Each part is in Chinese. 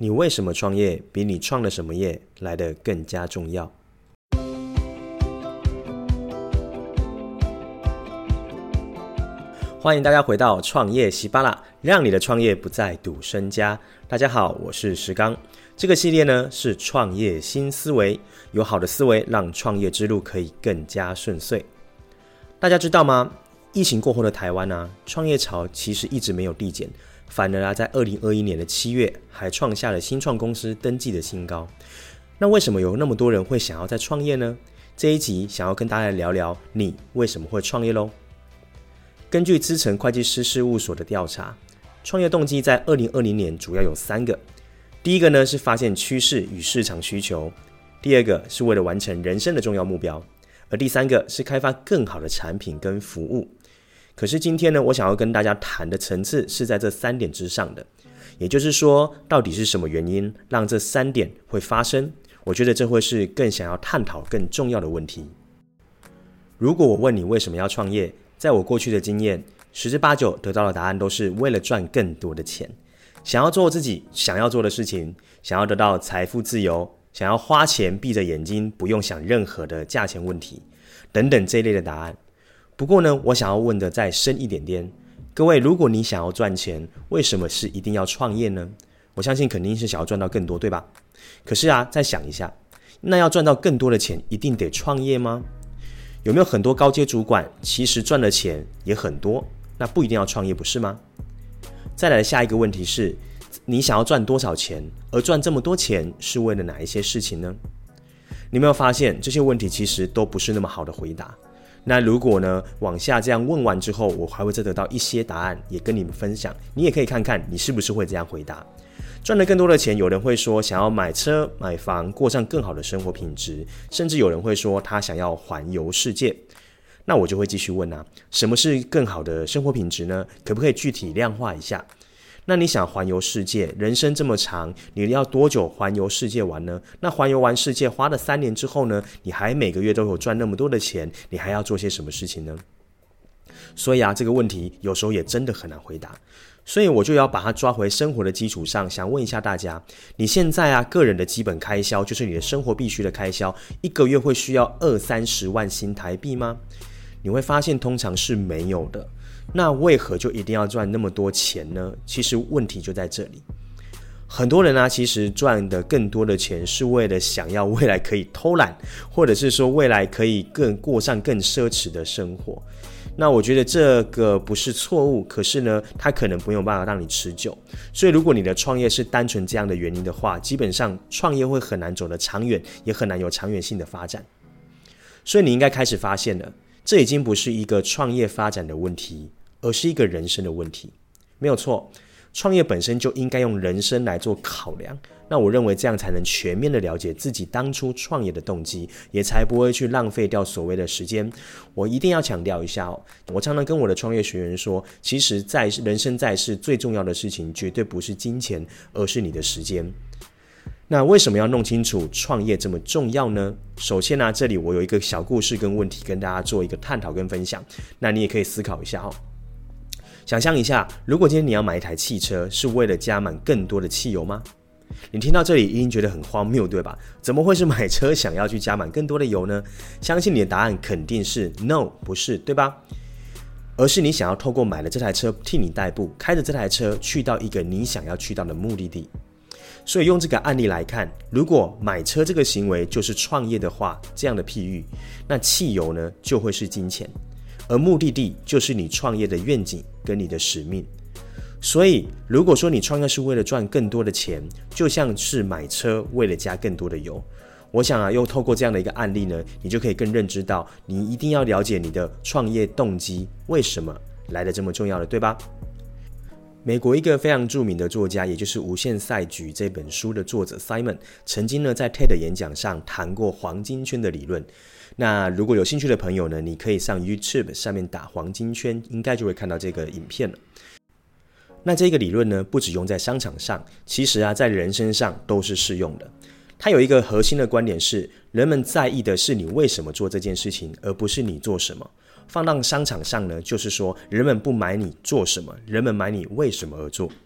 你为什么创业比你创了什么业来得更加重要？欢迎大家回到创业喜巴拉，让你的创业不再赌身家。大家好，我是石刚。这个系列呢是创业新思维，有好的思维让创业之路可以更加顺遂。大家知道吗？疫情过后的台湾创业潮其实一直没有递减，反而在2021年的7月还创下了新创公司登记的新高。那为什么有那么多人会想要再创业呢？这一集想要跟大家聊聊你为什么会创业咯。根据资诚会计师事务所的调查，创业动机在2020年主要有3个。第一个呢是发现趋势与市场需求，第二个是为了完成人生的重要目标，而第3个是开发更好的产品跟服务。可是今天呢，我想要跟大家谈的层次是在这3点之上的，也就是说，到底是什么原因让这3点会发生？我觉得这会是更想要探讨更重要的问题。如果我问你为什么要创业，在我过去的经验，10之8九得到的答案都是为了赚更多的钱，想要做自己想要做的事情，想要得到财富自由，想要花钱闭着眼睛不用想任何的价钱问题等等这一类的答案。不过呢，我想要问的再深一点点，各位，如果你想要赚钱，为什么是一定要创业呢？我相信肯定是想要赚到更多，对吧？可是再想一下，那要赚到更多的钱，一定得创业吗？有没有很多高阶主管其实赚的钱也很多，那不一定要创业，不是吗？再来的下一个问题是，你想要赚多少钱，而赚这么多钱是为了哪一些事情呢？你有没有发现这些问题其实都不是那么好的回答？那如果呢往下这样问完之后，我还会再得到一些答案也跟你们分享，你也可以看看你是不是会这样回答。赚了更多的钱，有人会说想要买车买房，过上更好的生活品质，甚至有人会说他想要环游世界。那我就会继续问什么是更好的生活品质呢？可不可以具体量化一下？那你想环游世界，人生这么长，你要多久环游世界玩呢？那环游完世界花了3年之后呢，你还每个月都有赚那么多的钱，你还要做些什么事情呢？所以这个问题有时候也真的很难回答。所以我就要把它抓回生活的基础上，想问一下大家，你现在个人的基本开销，就是你的生活必须的开销，一个月会需要20-30万新台币吗？你会发现通常是没有的。那为何就一定要赚那么多钱呢？其实问题就在这里。很多人其实赚的更多的钱是为了想要未来可以偷懒，或者是说未来可以过上更奢侈的生活。那我觉得这个不是错误，可是呢，它可能没有办法让你持久。所以如果你的创业是单纯这样的原因的话，基本上创业会很难走得长远，也很难有长远性的发展。所以你应该开始发现了，这已经不是一个创业发展的问题，而是一个人生的问题。没有错，创业本身就应该用人生来做考量。那我认为这样才能全面的了解自己当初创业的动机，也才不会去浪费掉所谓的时间。我一定要强调一下我常常跟我的创业学员说，其实在人生在世最重要的事情绝对不是金钱，而是你的时间。那为什么要弄清楚创业这么重要呢？首先这里我有一个小故事跟问题跟大家做一个探讨跟分享，那你也可以思考一下想象一下，如果今天你要买一台汽车，是为了加满更多的汽油吗？你听到这里一定觉得很荒谬，对吧？怎么会是买车想要去加满更多的油呢？相信你的答案肯定是 No， 不是，对吧？而是你想要透过买了这台车替你代步，开着这台车去到一个你想要去到的目的地。所以用这个案例来看，如果买车这个行为就是创业的话，这样的譬喻，那汽油呢就会是金钱，而目的地就是你创业的愿景跟你的使命。所以如果说你创业是为了赚更多的钱，就像是买车为了加更多的油，我想又透过这样的一个案例呢，你就可以更认知到，你一定要了解你的创业动机为什么来得这么重要了，对吧？美国一个非常著名的作家，也就是《无限赛局》这本书的作者 Simon， 曾经呢在 TED 演讲上谈过黄金圈的理论。那如果有兴趣的朋友呢，你可以上 YouTube 上面打黄金圈，应该就会看到这个影片了。那这个理论呢，不只用在商场上，其实在人身上都是适用的。它有一个核心的观点是，人们在意的是你为什么做这件事情，而不是你做什么。放到商场上呢，就是说人们不买你做什么，人们买你为什么而做。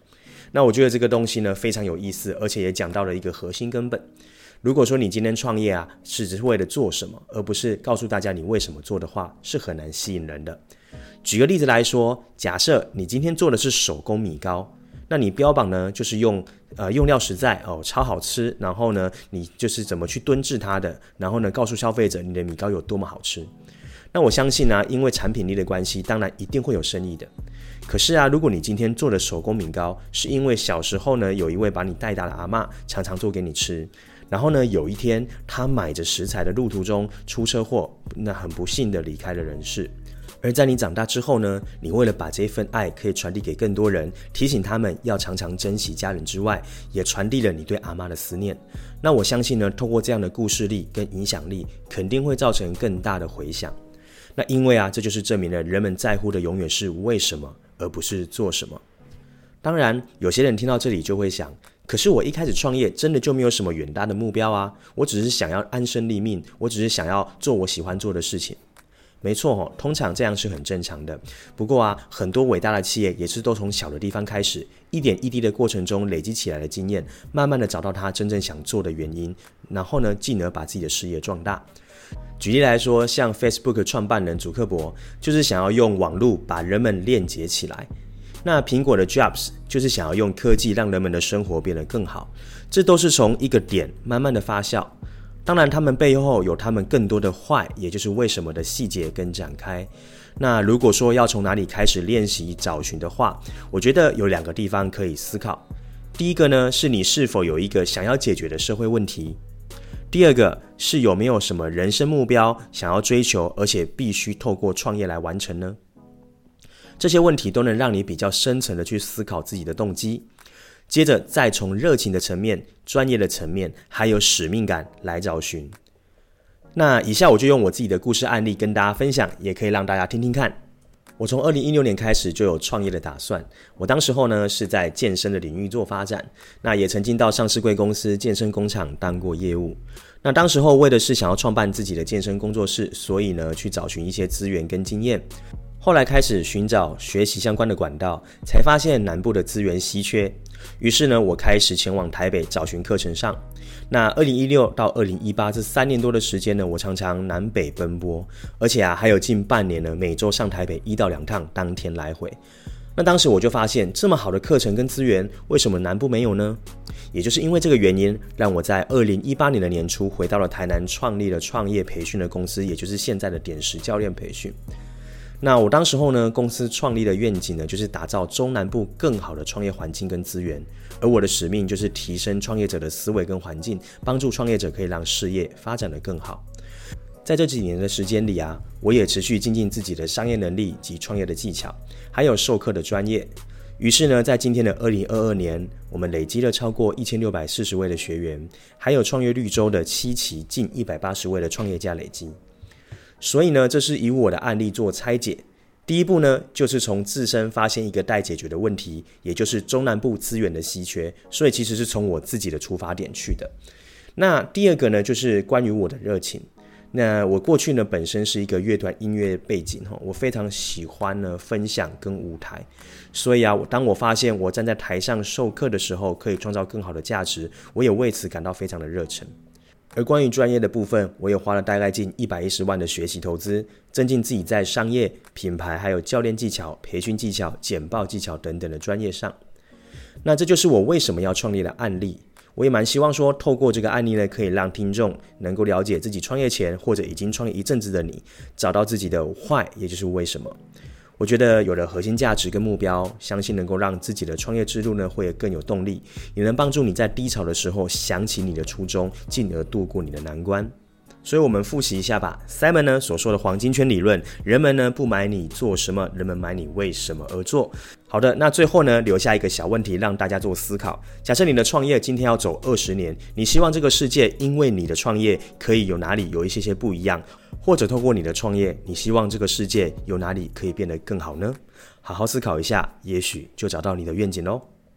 那我觉得这个东西呢非常有意思，而且也讲到了一个核心根本。如果说你今天创业啊，是只是为了做什么，而不是告诉大家你为什么做的话，是很难吸引人的。举个例子来说，假设你今天做的是手工米糕，那你标榜呢就是用料实在超好吃，然后呢你就是怎么去炖制它的，然后呢告诉消费者你的米糕有多么好吃。那我相信啊，因为产品力的关系，当然一定会有生意的。可是啊，如果你今天做的手工米糕，是因为小时候呢有一位把你带大的阿嬷常常做给你吃，然后呢有一天他买着食材的路途中出车祸，那很不幸的离开了人世。而在你长大之后呢，你为了把这份爱可以传递给更多人，提醒他们要常常珍惜家人之外，也传递了你对阿嬷的思念。那我相信呢，透过这样的故事力跟影响力，肯定会造成更大的回响。那因为啊，这就是证明了人们在乎的永远是为什么，而不是做什么。当然，有些人听到这里就会想，可是我一开始创业真的就没有什么远大的目标啊，我只是想要安身立命，我只是想要做我喜欢做的事情。没错，通常这样是很正常的。不过啊，很多伟大的企业也是都从小的地方开始，一点一滴的过程中累积起来的经验，慢慢的找到他真正想做的原因，然后呢，进而把自己的事业壮大。举例来说，像 Facebook 创办人祖克伯就是想要用网络把人们链接起来，那苹果的 Jobs 就是想要用科技让人们的生活变得更好，这都是从一个点慢慢的发酵。当然他们背后有他们更多的why，也就是为什么的细节跟展开。那如果说要从哪里开始练习找寻的话，我觉得有2个地方可以思考。第一个呢，是你是否有一个想要解决的社会问题。第二个是有没有什么人生目标想要追求，而且必须透过创业来完成呢？这些问题都能让你比较深层的去思考自己的动机，接着再从热情的层面、专业的层面还有使命感来找寻。那以下我就用我自己的故事案例跟大家分享，也可以让大家听听看。我从2016年开始就有创业的打算，我当时候呢是在健身的领域做发展，那也曾经到上市贵公司健身工厂当过业务。那当时候为的是想要创办自己的健身工作室，所以呢去找寻一些资源跟经验。后来开始寻找学习相关的管道，才发现南部的资源稀缺，于是呢我开始前往台北找寻课程上。那2016到2018这3年多的时间呢，我常常南北奔波，而且还有近半年呢每周上台北1到2趟，当天来回。那当时我就发现，这么好的课程跟资源，为什么南部没有呢？也就是因为这个原因，让我在2018年的年初回到了台南，创立了创业培训的公司，也就是现在的点石教练培训。那我当时候呢，公司创立的愿景呢，就是打造中南部更好的创业环境跟资源，而我的使命就是提升创业者的思维跟环境，帮助创业者可以让事业发展得更好。在这几年的时间里啊，我也持续精进自己的商业能力及创业的技巧，还有授课的专业。于是呢，在今天的2022年，我们累积了超过1640位的学员，还有创业绿洲的7期近180位的创业家累积。所以呢，这是以我的案例做拆解。第一步呢，就是从自身发现一个待解决的问题，也就是中南部资源的稀缺，所以其实是从我自己的出发点去的。那第二个呢，就是关于我的热情。那我过去呢，本身是一个乐团音乐背景，我非常喜欢呢分享跟舞台，所以啊，当我发现我站在台上授课的时候，可以创造更好的价值，我也为此感到非常的热忱。而关于专业的部分，我也花了大概近110万的学习投资，增进自己在商业、品牌还有教练技巧、培训技巧、简报技巧等等的专业上。那这就是我为什么要创立的案例。我也蛮希望说，透过这个案例呢，可以让听众能够了解自己创业前或者已经创业一阵子的你，找到自己的 why， 也就是为什么。我觉得有了核心价值跟目标，相信能够让自己的创业之路呢会更有动力，也能帮助你在低潮的时候想起你的初衷，进而度过你的难关。所以我们复习一下吧。 Simon 呢所说的黄金圈理论，人们呢不买你做什么，人们买你为什么而做。好的，那最后呢留下一个小问题让大家做思考。假设你的创业今天要走20年，你希望这个世界因为你的创业可以有哪里有一些不一样，或者透过你的创业，你希望这个世界有哪里可以变得更好呢？好好思考一下，也许就找到你的愿景咯。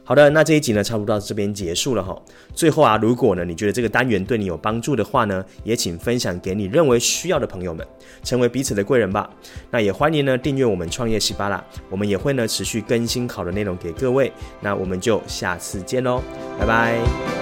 好的，那这一集呢，差不多到这边结束了哈。最后啊，如果呢你觉得这个单元对你有帮助的话呢，也请分享给你认为需要的朋友们，成为彼此的贵人吧。那也欢迎呢订阅我们创业西巴拉，我们也会呢持续更新好的内容给各位。那我们就下次见喽，拜拜。